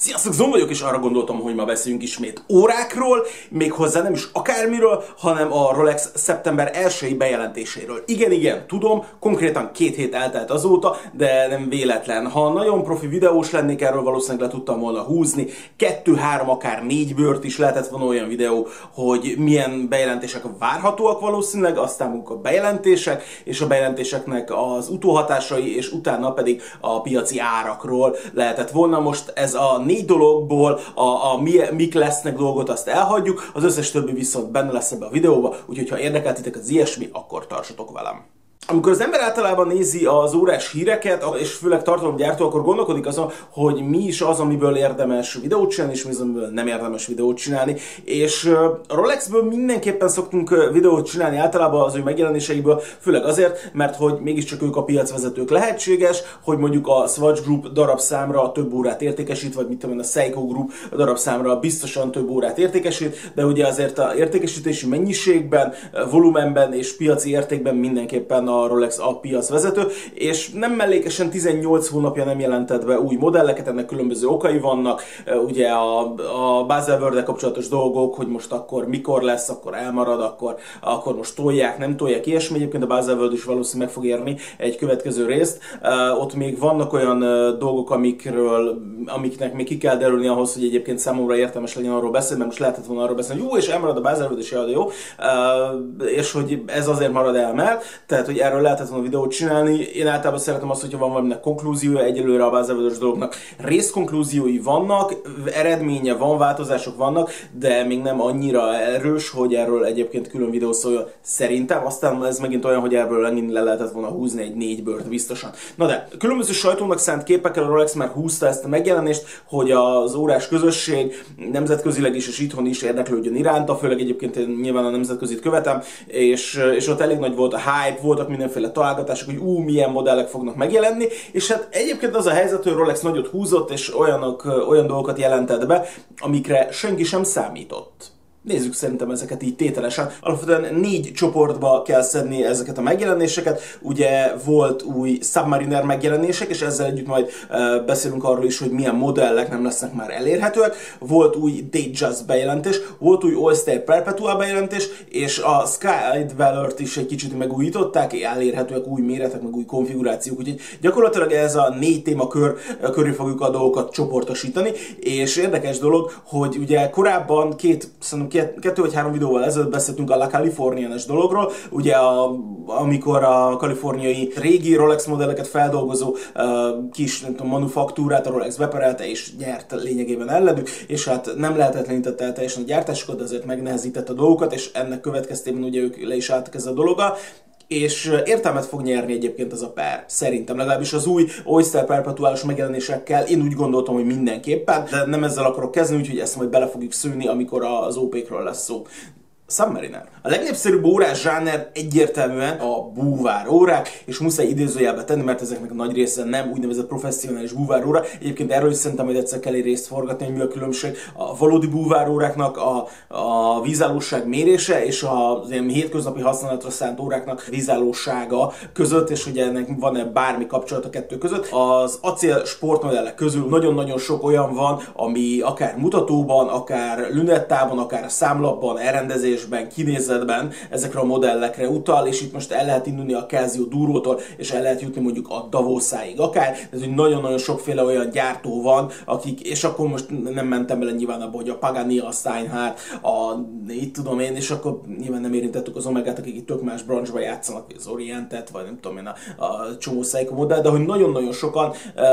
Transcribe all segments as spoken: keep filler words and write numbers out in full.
Sziasztok, Zon vagyok, és arra gondoltam, hogy ma beszéljünk ismét órákról, méghozzá nem is akármiről, hanem a Rolex szeptember elsői bejelentéséről. Igen, igen, tudom, konkrétan két hét eltelt azóta, de nem véletlen. Ha nagyon profi videós lennék, erről valószínűleg le tudtam volna húzni. Kettő, három, akár négy bőrt is lehetett volna olyan videó, hogy milyen bejelentések várhatóak valószínűleg, aztán a bejelentések, és a bejelentéseknek az utóhatásai, és utána pedig a piaci árakról lehetett volna. Most ez a négy dologból a, a mi, mik lesznek dolgot, azt elhagyjuk, az összes többi viszont benne lesz ebbe a videóba, úgyhogy ha érdekel titeket az ilyesmi, akkor tartsatok velem. Amikor az ember általában nézi az órás híreket, és főleg tartalomgyártó, akkor gondolkodik azon, hogy mi is az, amiből érdemes videót csinálni, és mi az, amiből nem érdemes videót csinálni. És a Rolexből mindenképpen szoktunk videót csinálni általában az ő megjelenéseiből, főleg azért, mert hogy mégiscsak ők a piacvezetők. Lehetséges, hogy mondjuk a Swatch Group darabszámra több órát értékesít, vagy mit tudom én, a Seiko Group darabszámra biztosan több órát értékesít, de ugye azért a értékesítési mennyiségben, volumenben és piaci értékben mindenképpen a Rolex a piacvezető, és nem mellékesen tizennyolc hónapja nem jelentett be új modelleket, ennek különböző okai vannak, ugye a, a Baselworld-del kapcsolatos dolgok, hogy most akkor mikor lesz, akkor elmarad, akkor, akkor most tolják, nem tolják, ilyesmi. Egyébként a Baselworld is valószínűleg meg fog érni egy következő részt. Uh, ott még vannak olyan uh, dolgok, amikről, amiknek még ki kell derülni ahhoz, hogy egyébként számomra értelmes legyen arról beszélni, mert most lehetett volna arról beszélni, hogy jó, és elmarad a Baselworld, és jaj, de jó, uh, és hogy ez azért marad el, mert, tehát, hogy erről lehetett volna videót csinálni. Én általában szeretem azt, hogyha van valaminek konklúziója, egyelőre a Baselworld-ös dolognak részkonklúziói vannak, eredménye van, változások vannak, de még nem annyira erős, hogy erről egyébként külön videó szóljon szerintem. Aztán ez megint olyan, hogy ebből megint le lehetett volna húzni egy négy bőrt biztosan. Na de, különböző sajtónak szánt képekkel a Rolex már húzta ezt a megjelenést, hogy az órás közösség nemzetközileg is és itthon is érdeklődjön iránta, főleg egyébként én nyilván a nemzetközit követem, és, és ott elég nagy volt a hype, voltak mindenféle találgatások, hogy ú, milyen modellek fognak megjelenni, és hát egyébként az a helyzet, hogy Rolex nagyot húzott, és olyanok, olyan dolgokat jelentett be, amikre senki sem számított. Nézzük szerintem ezeket így tételesen. Alapvetően négy csoportba kell szedni ezeket a megjelenéseket. Ugye volt új Submariner megjelenések, és ezzel együtt majd uh, beszélünk arról is, hogy milyen modellek nem lesznek már elérhetőek. Volt új Datejust bejelentés, volt új Oyster Perpetual bejelentés, és a Skydweller-t is egy kicsit megújították, elérhetőek új méretek, meg új konfigurációk. Úgyhogy gyakorlatilag ez a négy témakör körül fogjuk a dolgokat csoportosítani, és érdekes dolog, hogy ugye korábban két, kettő vagy három videóval ezelőtt beszéltünk a La Californian-es dologról, ugye a, amikor a kaliforniai régi Rolex modelleket feldolgozó uh, kis nem tudom, manufaktúrát a Rolex beperelte és nyert lényegében ellenük, és hát nem lehetetlenítette el teljesen a gyártásokat, de azért megnehezítette a dolgokat, és ennek következtében ugye ők le is álltak ezzel a dologgal. És értelmet fog nyerni egyébként ez a per. Szerintem legalábbis az új Oyster Perpetuális megjelenésekkel én úgy gondoltam, hogy mindenképpen, de nem ezzel akarok kezdeni, úgyhogy ezt majd bele fogjuk szűrni, amikor az ó pékről lesz szó. Submariner. A legnépszerűbb órás zsáner egyértelműen a búvár órák, és muszáj idézőjelbe tenni, mert ezeknek a nagy része nem úgynevezett professzionális búvár óra. Egyébként erről is szerintem, hogy egyszer kell egy részt forgatni, hogy mi a különbség a valódi búvár óráknak a, a vízállóság mérése, és az ilyen hétköznapi használatra szánt óráknak vízállósága között, és hogy ennek van-e bármi kapcsolat a kettő között. Az acél sportmodellek közül nagyon-nagyon sok olyan van, ami akár mutatóban, akár lünettában, akár a számlapban, elrendezés kinézetben ezekre a modellekre utal, és itt most el lehet indulni a Casio Durótól, és el lehet jutni mondjuk a Davosáig akár, ez úgy nagyon-nagyon sokféle olyan gyártó van, akik, és akkor most nem mentem bele nyilván abba, hogy a Pagani, a Steinhardt, a, itt tudom én, és akkor nyilván nem érintettük az Omegát, akik itt tök más branchba játszanak, az Orientet, vagy nem tudom én, a, a csomó Seiko modell, de hogy nagyon-nagyon sokan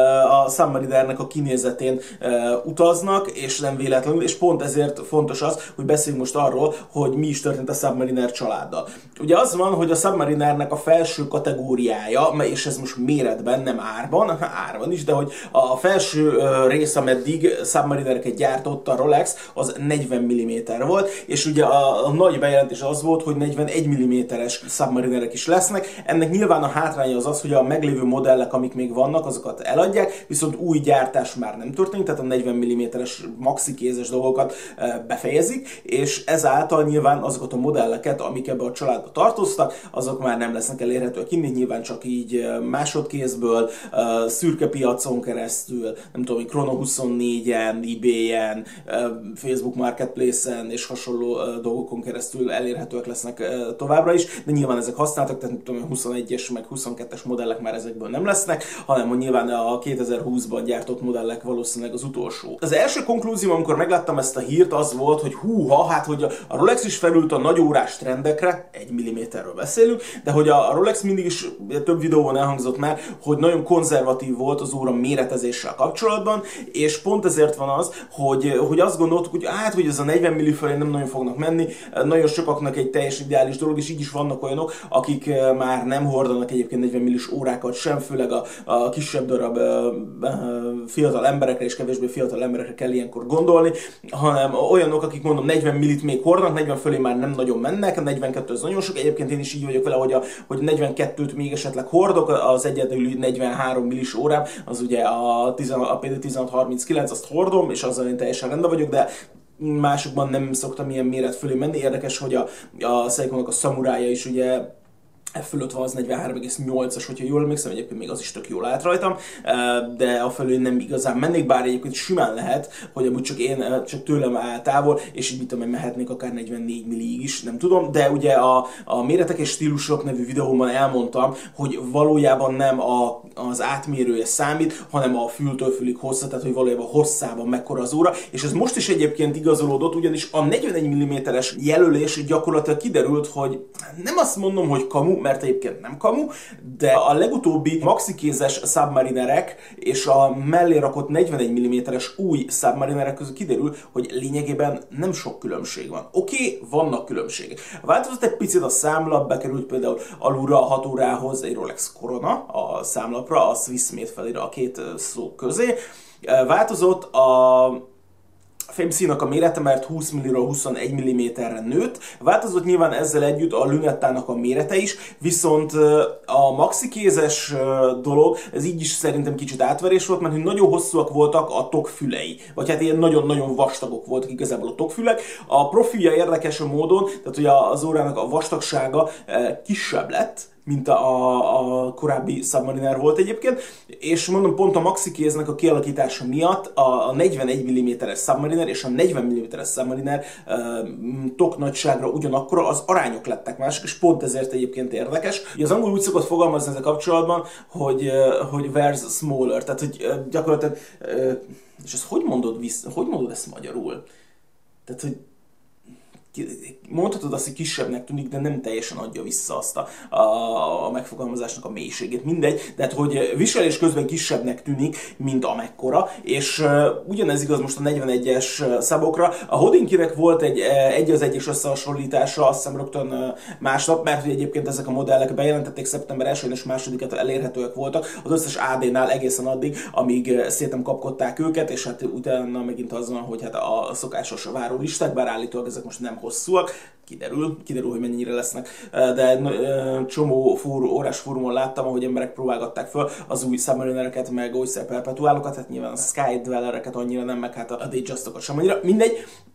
a Submarinernek a kinézetén utaznak, és nem véletlenül, és pont ezért fontos az, hogy beszéljünk most arról, hogy mi is történt a Submariner családdal. Ugye az van, hogy a Submarinernek a felső kategóriája, és ez most méretben, nem árban, árban is, de hogy a felső rész, ameddig Submarinereket gyártott a Rolex, az negyven milliméter volt, és ugye a, a nagy bejelentés az volt, hogy negyvenegy milliméteres Submarinerek is lesznek. Ennek nyilván a hátránya az az, hogy a meglévő modellek, amik még vannak, azokat eladják, viszont új gyártás már nem történik, tehát a negyven milliméteres maxi kézes dolgokat befejezik, és ezáltal nyilván nyilván azokat a modelleket, amik ebbe a családba tartoztak, azok már nem lesznek elérhetőek innen, nyilván csak így másodkézből, szürke piacon keresztül, nem tudom, Chrono huszonnégyen, eBay-en, Facebook Marketplace-en és hasonló dolgokon keresztül elérhetőek lesznek továbbra is, de nyilván ezek használtak, tehát nem tudom, huszonegyes meg huszonkettes modellek már ezekből nem lesznek, hanem nyilván a kétezer-húszban gyártott modellek valószínűleg az utolsó. Az első konklúzióm, amikor megláttam ezt a hírt, az volt, hogy húha, hát hogy a Rolex is felült a nagyórás trendekre, egy milliméterről beszélünk, de hogy a Rolex mindig is több videóban elhangzott már, hogy nagyon konzervatív volt az óra méretezéssel kapcsolatban, és pont ezért van az, hogy, hogy azt gondoltuk, hogy hát, hogy ez a negyven milli fölé nem nagyon fognak menni, nagyon sokaknak egy teljes ideális dolog, és így is vannak olyanok, akik már nem hordanak egyébként negyven millis órákat sem, főleg a, a kisebb darab fiatal emberekre és kevésbé fiatal emberekre kell ilyenkor gondolni, hanem olyanok, akik mondom negyven millit még hordanak, negyven fölé már nem nagyon mennek, a negyvenkettő az nagyon sok, egyébként én is így vagyok vele, hogy a hogy negyvenkettőt még esetleg hordok, az egyedüli negyvenhárom millis órám, az ugye a, a pé dé tizenhat harminckilenc, azt hordom, és azzal én teljesen rendben vagyok, de másokban nem szoktam ilyen méret fölé menni. Érdekes, hogy a, a Seikonak a szamurája is ugye e fölött van az negyvenhárom egész nyolcas, hogyha jól emlékszem, egyébként még az is tök jól állt rajtam, de a felül nem igazán mennék, bár egyébként simán lehet, hogy amúgy csak én, csak tőlem áll távol, és így mit tudom, mehetnék akár negyvennégy millig is, nem tudom, de ugye a, a Méretek és Stílusok nevű videóban elmondtam, hogy valójában nem a, az átmérője számít, hanem a fültől fülig hossza, tehát hogy valójában hosszában mekkora az óra, és ez most is egyébként igazolódott, ugyanis a negyvenegy milliméteres jelölés gyakorlatilag kiderült, hogy nem azt mondom, hogy kamu, mert egyébként nem kamu, de a legutóbbi maxikézes Submarinerek és a mellé rakott negyvenegy milliméteres új Submarinerek között kiderül, hogy lényegében nem sok különbség van. Oké, okay, vannak különbségek. Változott egy picit a számlap, bekerült például alulra a hat órához egy Rolex Corona a számlapra, a Swiss Made felira a két szó közé. Változott a fémszínak a mérete, mert húsz milliről huszonegy milliméterre nőtt. Változott nyilván ezzel együtt a lünettának a mérete is, viszont a maxikézes dolog, ez így is szerintem kicsit átverés volt, mert nagyon hosszúak voltak a tokfülei, vagy hát ilyen nagyon-nagyon vastagok voltak igazából a tokfülek. A profilja érdekes a módon, tehát hogy az órának a vastagsága kisebb lett, mint a, a korábbi Submariner volt egyébként, és mondom, pont a maxikéznek a kialakítása miatt a, a negyvenegy milliméteres Submariner és a negyven milliméteres Submariner uh, tok nagyságra ugyanakkora, az arányok lettek mások, és pont ezért egyébként érdekes. Az angol úgy szokott fogalmazni ezzel kapcsolatban, hogy, uh, hogy where's smaller, tehát hogy uh, gyakorlatilag, uh, és ezt hogy mondod, vissza, hogy mondod ezt magyarul? Tehát, hogy mondhatod azt, hogy kisebbnek tűnik, de nem teljesen adja vissza azt a, a, a megfogalmazásnak a mélységét. Mindegy, de hát, hogy viselés közben kisebbnek tűnik, mint amekkora, és uh, ugyanez igaz most a negyvenegyes szabokra. A Hodinkinek volt egy egy az egyes összehasonlítása, azt hiszem rögtön uh, másnap, mert hogy egyébként ezek a modellek bejelentették, szeptember elsején és másodikát elérhetőek voltak az összes á dé-nál egészen addig, amíg uh, szét nem kapkodták őket, és hát utána megint az van, hogy hát a szokásos várólisták, bár állítólag ezek most nem hosszúak, kiderül, kiderül, hogy mennyire lesznek, de csomó fóru, órás fórumon láttam, ahogy emberek próbálgatták föl az új Submarinereket, meg Oyster Perpetuálokat, hát nyilván a Sky Dwellereket annyira nem, meg hát a Datejustokat sem annyira, mindegy,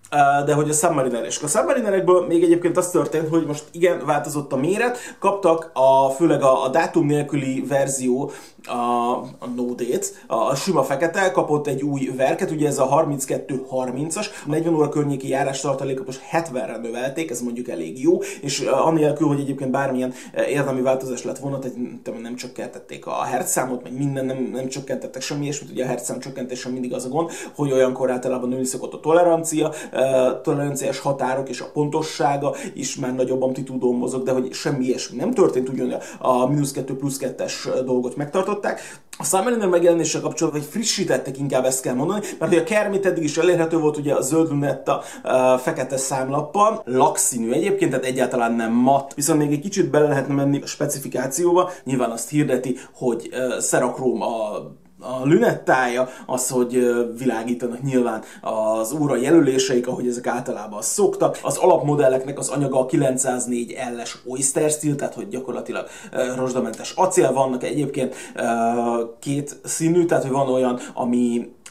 de hogy a Submariner és a Submarinerekből még egyébként az történt, hogy most igen, változott a méret, kaptak a, főleg a, a dátum nélküli verzió, a, a No Date, a, a sima fekete, kapott egy új verket, ugye ez a harminckettő harmincas, negyven óra környéki járástartalékot most hetvenre növelték, ez mondjuk elég jó, és anélkül, hogy egyébként bármilyen érdemi változás lett volna, tehát nem csökkentették a hertzszámot, meg minden, nem, nem csökkentettek semmi ilyesmit, ugye a hertzszám csökkentésen mindig az a gond, hogy olyankor általában nőni szokott a tolerancia, toleranciás határok és a pontossága is már nagyobb amplitúdón mozog, de hogy semmi ilyesmi nem történt, ugyan a mínusz kettő plusz kettes dolgot megtartották. A Submariner megjelenéssel kapcsolatban, hogy frissítettek, inkább ezt kell mondani, mert hogy a Kermit eddig is elérhető volt, ugye a zöld lunetta uh, fekete számlappal, lakszínű egyébként, tehát egyáltalán nem matt, viszont még egy kicsit bele lehetne menni a specifikációba, nyilván azt hirdeti, hogy uh, Cerakróm a a lünettája, az, hogy világítanak nyilván az óra jelöléseik, ahogy ezek általában szoktak. Az alapmodelleknek az anyaga a kilencszáznégy L-es Oyster Steel, tehát hogy gyakorlatilag rozsdamentes acél, vannak egyébként két színű, tehát hogy van olyan, ami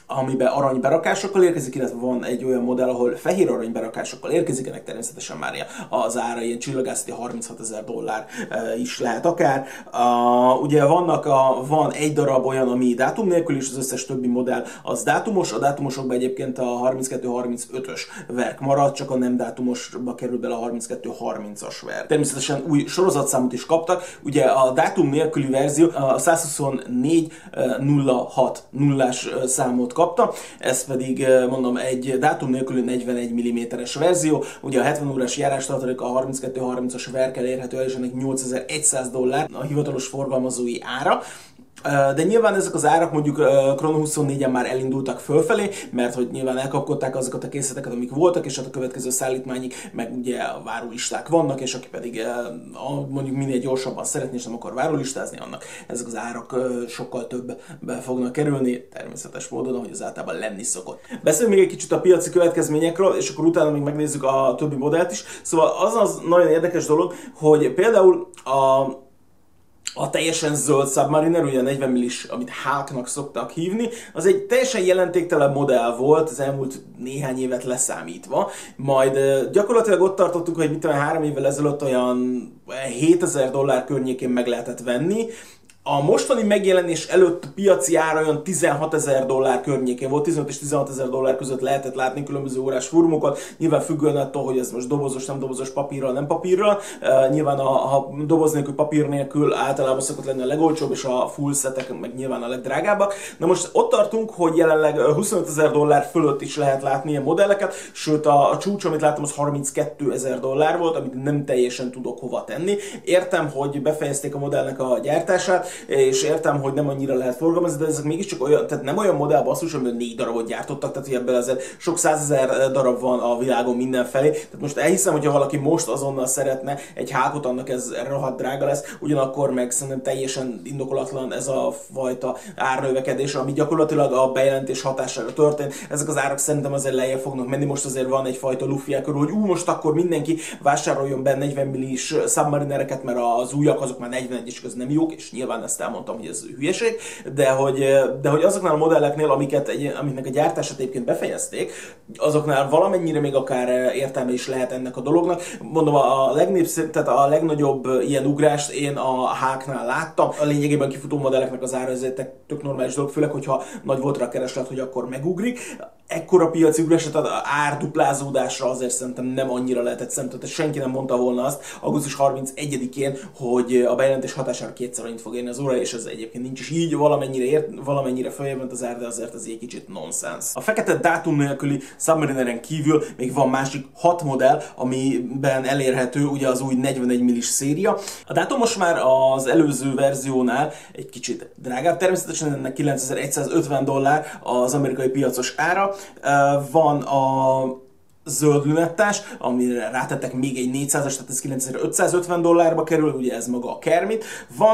amiben aranyberakásokkal érkezik, illetve van egy olyan modell, ahol fehér aranyberakásokkal érkezik, ennek természetesen már az ára ilyen csillagászati harminchatezer dollár is lehet akár. Uh, ugye vannak a, van egy darab olyan, ami dátum nélkül is, az összes többi modell az dátumos, a dátumosokban egyébként a harminckettő harmincötös verk marad, csak a nem dátumosba kerül bele a harminckettő harmincas verk. Természetesen új sorozatszámot is kaptak, ugye a dátum nélküli verzió a százhuszonnégy nulla hat nullás számot kapta, ez pedig mondom egy dátum nélküli negyvenegy milliméteres verzió, ugye a hetven órás járástartalék a harminckettő harmincas verkkel érhető el, és ennek nyolcezer-száz dollár a hivatalos forgalmazói ára. De nyilván ezek az árak mondjuk Chrono huszonnégyen már elindultak fölfelé, mert hogy nyilván elkapkodták azokat a készleteket, amik voltak, és hát a következő szállítmányig meg ugye várólisták vannak, és aki pedig mondjuk minél gyorsabban szeretné, és nem akar várólistázni, annak ezek az árak sokkal többbe fognak kerülni, természetes módon, ahogy az általában lenni szokott. Beszéljünk még egy kicsit a piaci következményekről, és akkor utána még megnézzük a többi modellt is. Szóval az az nagyon érdekes dolog, hogy például a A teljesen zöld Submariner, ugye a negyven millis, amit Hulknak szoktak hívni, az egy teljesen jelentéktelen modell volt az elmúlt néhány évet leszámítva. Majd gyakorlatilag ott tartottuk, hogy mit tudom, három évvel ezelőtt olyan hétezer dollár környékén meg lehetett venni. A mostani megjelenés előtt piaci ára olyan tizenhatezer dollár környékén volt, tizenöt és tizenhatezer dollár között lehetett látni különböző órás fórumokat, nyilván függően attól, hogy ez most dobozos, nem dobozos, papírral, nem papírral. Uh, nyilván a, a doboz nélkül, papír nélkül általában szokott lenni a legolcsóbb, és a full setek meg nyilván a legdrágábbak. Na most ott tartunk, hogy jelenleg huszonötezer dollár fölött is lehet látni ilyen modelleket, sőt a, a csúcs, amit láttam, az harminckétezer dollár volt, amit nem teljesen tudok hova tenni. Értem, hogy befejezték a modellnek a gyártását, és értem, hogy nem annyira lehet forgalmazni, de ezek mégiscsak olyan, tehát nem olyan modell basszus, amiből négy darabot gyártottak, tehát ebből azért sok százezer darab van a világon mindenfelé. Tehát most elhiszem, hogyha valaki most azonnal szeretne egy Hulkot, annak ez rohadt drága lesz, ugyanakkor meg szerintem teljesen indokolatlan ez a fajta árnövekedés, ami gyakorlatilag a bejelentés hatására történt. Ezek az árak szerintem azért lejjebb fognak menni, most azért van egyfajta lufi körül, hogy ú, most akkor mindenki vásároljon be negyven millis Submarinereket, mert az újak azok már negyvenegy és köz nem jók, és nyilván ezt elmondtam, hogy ez hülyeség, de hogy, de hogy azoknál a modelleknél, amiket egy, amiknek a gyártását egyébként befejezték, azoknál valamennyire még akár értelme is lehet ennek a dolognak. Mondom, a legnépszerűbb, tehát a legnagyobb ilyen ugrást én a Hulknál láttam. A lényegében kifutó modelleknek az ára, ez egy tök normális dolog, főleg, hogyha nagy volt rá a kereslet, hogy akkor megugrik. Ekkora piaci ugrás, tehát árduplázódásra azért szerintem nem annyira lehetett szemtől, tehát senki nem mondta volna azt augusztus harmincegyedikén, hogy a bejelentés hatására kétszer annyit fog érni az óra, és ez egyébként nincs is így, valamennyire, ért, valamennyire följebb ment az ár, de azért ez egy kicsit nonsens. A fekete dátum nélküli Submarineren kívül még van másik hat modell, amiben elérhető ugye az új negyvenegy millis széria. A dátum most már az előző verziónál egy kicsit drágább, természetesen ennek kilencezer-százötven dollár az amerikai piacos ára. Van a zöld lünettás, amire rátettek még egy négyszázas, tehát ez kilencezer-ötszázötven dollárba kerül, ugye ez maga a Kermit. Van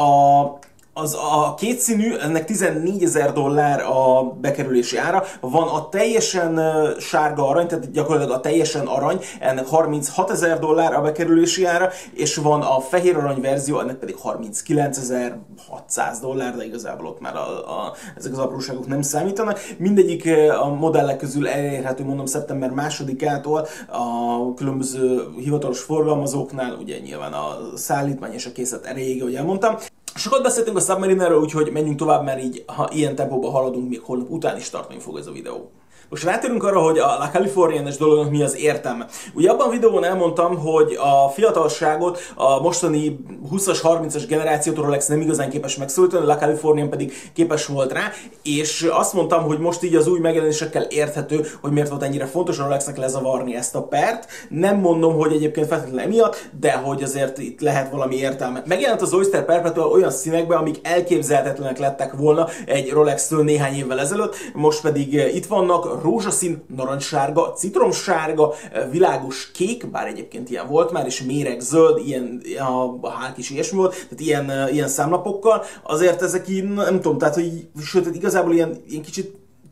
a Az a kétszínű, ennek tizennégyezer dollár a bekerülési ára, van a teljesen sárga arany, tehát gyakorlatilag a teljesen arany, ennek harminchatezer dollár a bekerülési ára, és van a fehér arany verzió, ennek pedig harminckilencezer-hatszáz dollár, de igazából ott már a, a, ezek az apróságok nem számítanak. Mindegyik a modellek közül elérhető, mondom, szeptember másodikától a különböző hivatalos forgalmazóknál, ugye nyilván a szállítmány és a készlet erejéig, ahogy elmondtam. Sokat beszéltünk a Submarinerről, úgyhogy menjünk tovább, mert így, ha ilyen tempóban haladunk, még holnap után is tartani fog ez a videó. Most rátérünk arra, hogy a La Californienne-es dolognak mi az értelme. Ugye abban a videón elmondtam, hogy a fiatalságot a mostani húszas, harmincas generációt a Rolex nem igazán képes megszólítani, a La Californienne pedig képes volt rá, és azt mondtam, hogy most így az új megjelenésekkel érthető, hogy miért volt ennyire fontos a Rolexnek lezavarni ezt a pert. Nem mondom, hogy egyébként feltétlenül emiatt, de hogy azért itt lehet valami értelme. Megjelent az Oyster Perpetual olyan színekben, amik elképzelhetetlenek lettek volna egy Rolex-től néhány évvel ezelőtt, most pedig itt vannak, rózsaszín, narancssárga, citromsárga, világos kék, bár egyébként ilyen volt már, és méregzöld, ilyen a Hulk is ilyesmi volt, tehát ilyen, ilyen számlapokkal. Azért ezek így, nem tudom, tehát hogy sőt, igazából ilyen, ilyen kicsit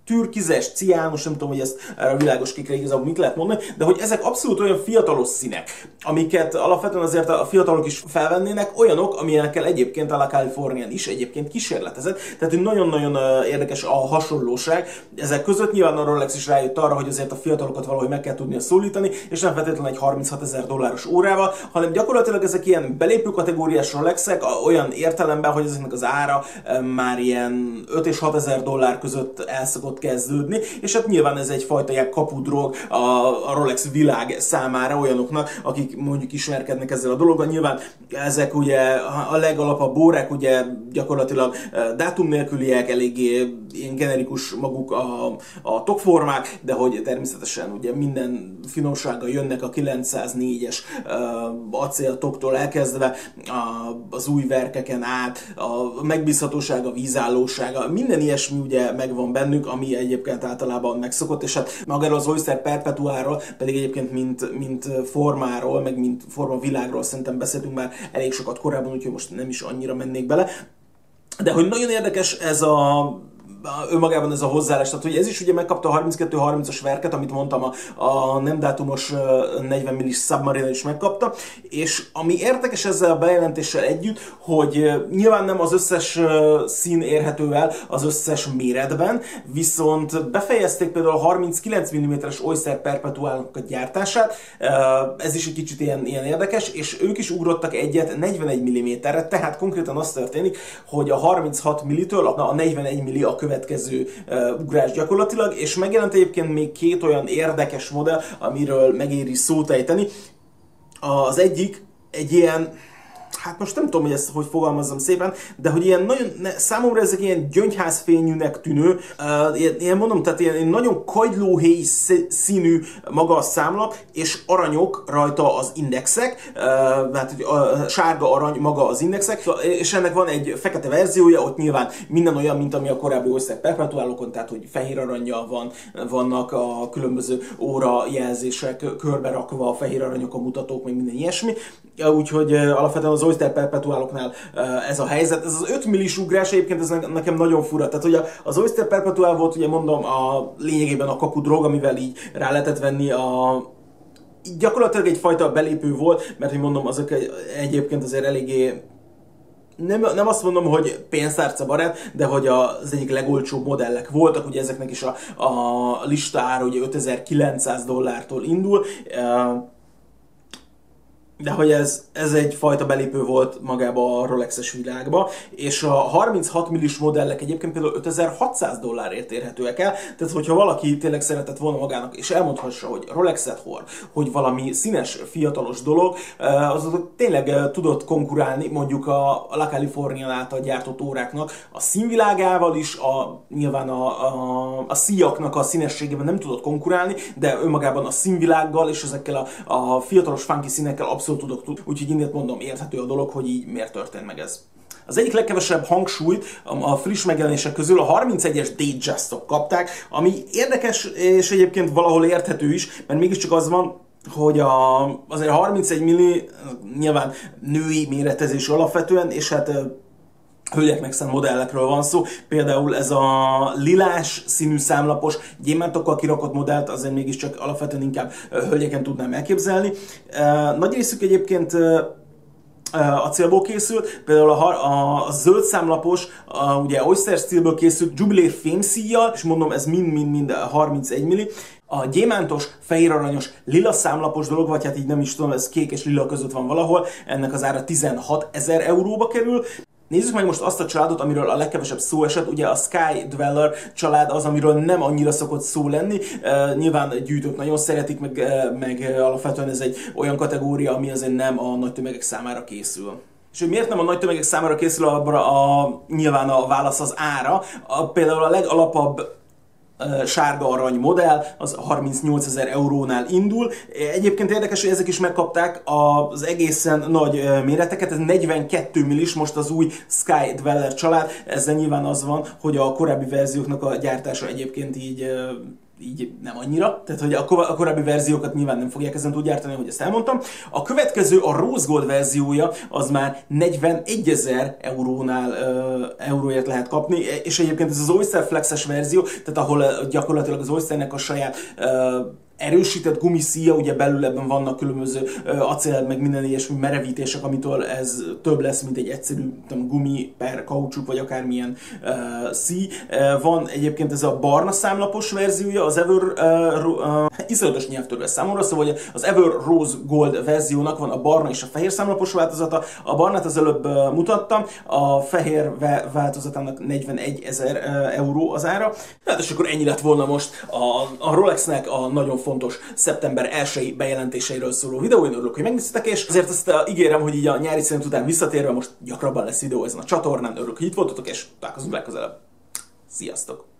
türkizes, ciános, nem tudom, hogy ezt erre a világos kékre igazából mit lehet mondani, de hogy ezek abszolút olyan fiatalos színek, amiket alapvetően azért a fiatalok is felvennének, olyanok, amilyenekkel egyébként a La Californián is egyébként kísérletezett, tehát hogy nagyon-nagyon érdekes a hasonlóság ezek között. Nyilván a Rolex is rájött arra, hogy azért a fiatalokat valahogy meg kell tudnia szólítani, és nem feltétlenül egy harminchatezer dolláros órával, hanem gyakorlatilag ezek ilyen belépő kategóriás Rolexek, olyan értelemben, hogy ezeknek az ára már ilyen öt és hatezer dollár között el szokott kezdődni, és hát nyilván ez egyfajta ilyen kapudrog a, a Rolex világ számára olyanoknak, akik mondjuk ismerkednek ezzel a dologgal. Nyilván ezek ugye a legalapabb órák, ugye gyakorlatilag dátum nélküliek, eléggé ilyen generikus maguk a, a tokformák, de hogy természetesen ugye minden finomsággal jönnek a kilencszáznégyes uh, acéltoktól elkezdve a, az új verkeken át, a megbízhatóság, a vízállósága, minden ilyesmi ugye megvan bennük, ami egyébként általában megszokott, és hát magáról az Oyster Perpetuáról pedig egyébként mint, mint formáról, meg mint forma világról szerintem beszéltünk már elég sokat korábban, úgyhogy most nem is annyira mennék bele. De hogy nagyon érdekes ez a önmagában ez a hozzáállás, tehát hogy ez is ugye megkapta a harminckettő harmincas verket, amit mondtam, a, a nem dátumos negyven millis Submariner is megkapta, és ami érdekes ezzel a bejelentéssel együtt, hogy nyilván nem az összes szín érhető el az összes méretben, viszont befejezték például a harminckilenc milliméteres Oyster Perpetuálnak a gyártását, ez is egy kicsit ilyen, ilyen érdekes, és ők is ugrottak egyet negyvenegy milliméterre, tehát konkrétan az történik, hogy a harminchat millitől a negyvenegy milli a következő uh, ugrás gyakorlatilag, és megjelent egyébként még két olyan érdekes modell, amiről megéri szót ejteni. Az egyik egy ilyen, hát most nem tudom, hogy ezt hogy fogalmazzam szépen, de hogy ilyen nagyon, ne, számomra ezek ilyen gyöngyházfényűnek tűnő, uh, ilyen, ilyen mondom, tehát ilyen, ilyen nagyon kagylóhéj színű maga a számla, és aranyok rajta az indexek, uh, hát uh, sárga arany maga az indexek, és ennek van egy fekete verziója, ott nyilván minden olyan, mint ami a korábbi Oyster Perpetuálokon, tehát hogy fehér arannyal van, vannak a különböző órajelzések körbe rakva, a fehér aranyok, a mutatók, meg minden ilyesmi, úgyhogy uh, alapvetően az Oyster Perpetuáloknál ez a helyzet. Ez az öt millis ugrás egyébként ez nekem nagyon fura. Tehát ugye az Oyster Perpetuál volt, ugye mondom, a lényegében a kapudrog, amivel így rá lehetett venni a gyakorlatilag egyfajta belépő volt, mert hogy mondom, azok egyébként azért eléggé Nem, nem azt mondom, hogy pénztárca barát, de hogy az egyik legolcsóbb modellek voltak, ugye ezeknek is a, a listára ugye ötezer-kilencszáz dollártól indul. De hogy ez, ez egyfajta belépő volt magába a Rolexes világba, és a harminchat millis modellek egyébként például ötezer-hatszáz dollárért érhetőek el, tehát hogyha valaki tényleg szeretett volna magának, és elmondhassa, hogy Rolexet hord, hogy valami színes, fiatalos dolog, az tényleg tudott konkurálni mondjuk a La Californián által gyártott óráknak a színvilágával is, a, nyilván a, a, a szíjaknak a színességében nem tudott konkurálni, de önmagában a színvilággal és ezekkel a, a fiatalos funky színekkel abszolút tudok tudni, úgyhogy innét mondom, érthető a dolog, hogy így miért történt meg ez. Az egyik legkevesebb hangsúlyt a friss megjelenések közül a harmincegyes Datejustok kapták, ami érdekes és egyébként valahol érthető is, mert mégiscsak az van, hogy a, azért a harmincegy milli nyilván női méretezés alapvetően, és hát hölgyeknek szánt modellekről van szó, például ez a lilás színű számlapos gyémántokkal kirakott modellt azért mégiscsak alapvetően inkább hölgyeken tudnám elképzelni. Nagy részük egyébként acélból készült, például a, a, a zöld számlapos, a, ugye Oyster Steelből készült Jubilee fémszíjjal, és mondom, ez mind-mind-mind harmincegy milli. A gyémántos, fehér aranyos, lila számlapos dolog, vagy hát így nem is tudom, ez kék és lila között van valahol, ennek az ára tizenhatezer euróba kerül. Nézzük meg most azt a családot, amiről a legkevesebb szó esett, ugye a Sky Dweller család az, amiről nem annyira szokott szó lenni. Uh, nyilván gyűjtők nagyon szeretik, meg, uh, meg uh, alapvetően ez egy olyan kategória, ami azért nem a nagy tömegek számára készül. És hogy miért nem a nagy tömegek számára készül, abra a, nyilván a válasz az ára. A, például a legalapabb sárga arany modell, az harmincnyolcezer eurónál indul. Egyébként érdekes, hogy ezek is megkapták az egészen nagy méreteket, ez negyvenkettő millis most az új Sky Dweller család, ezzel nyilván az van, hogy a korábbi verzióknak a gyártása egyébként így így nem annyira, tehát hogy a, kor- a korábbi verziókat nyilván nem fogják ezen úgy gyártani, hogy ezt elmondtam. A következő, a Rose Gold verziója, az már negyvenegyezer eurónál uh, euróért lehet kapni, és egyébként ez az Oyster Flex-es verzió, tehát ahol gyakorlatilag az Oysternek a saját uh, erősített gumiszíja, ugye belül ebben vannak különböző uh, acél, meg minden ilyesmi merevítések, amitől ez több lesz, mint egy egyszerű tudom, gumi per kaucsuk, vagy akármilyen uh, szí. Uh, van egyébként ez a barna számlapos verziója, az Ever uh, uh, iszonyatos nyelvtörve számomra, szóval hogy az Ever Rose Gold verziónak van a barna és a fehér számlapos változata. A barnát az előbb uh, mutattam, a fehér változatának negyvenegyezer uh, euró az ára. Hát és akkor ennyi lett volna most a, a Rolexnek a nagyon fontos szeptember elsői bejelentéseiről szóló videó. Én örülök, hogy megnéztetek, és azért azt uh, ígérem, hogy így a nyári szünet után visszatérve most gyakrabban lesz videó ezen a csatornán. Örülök, hogy itt voltatok, és találkozunk legközelebb. Sziasztok!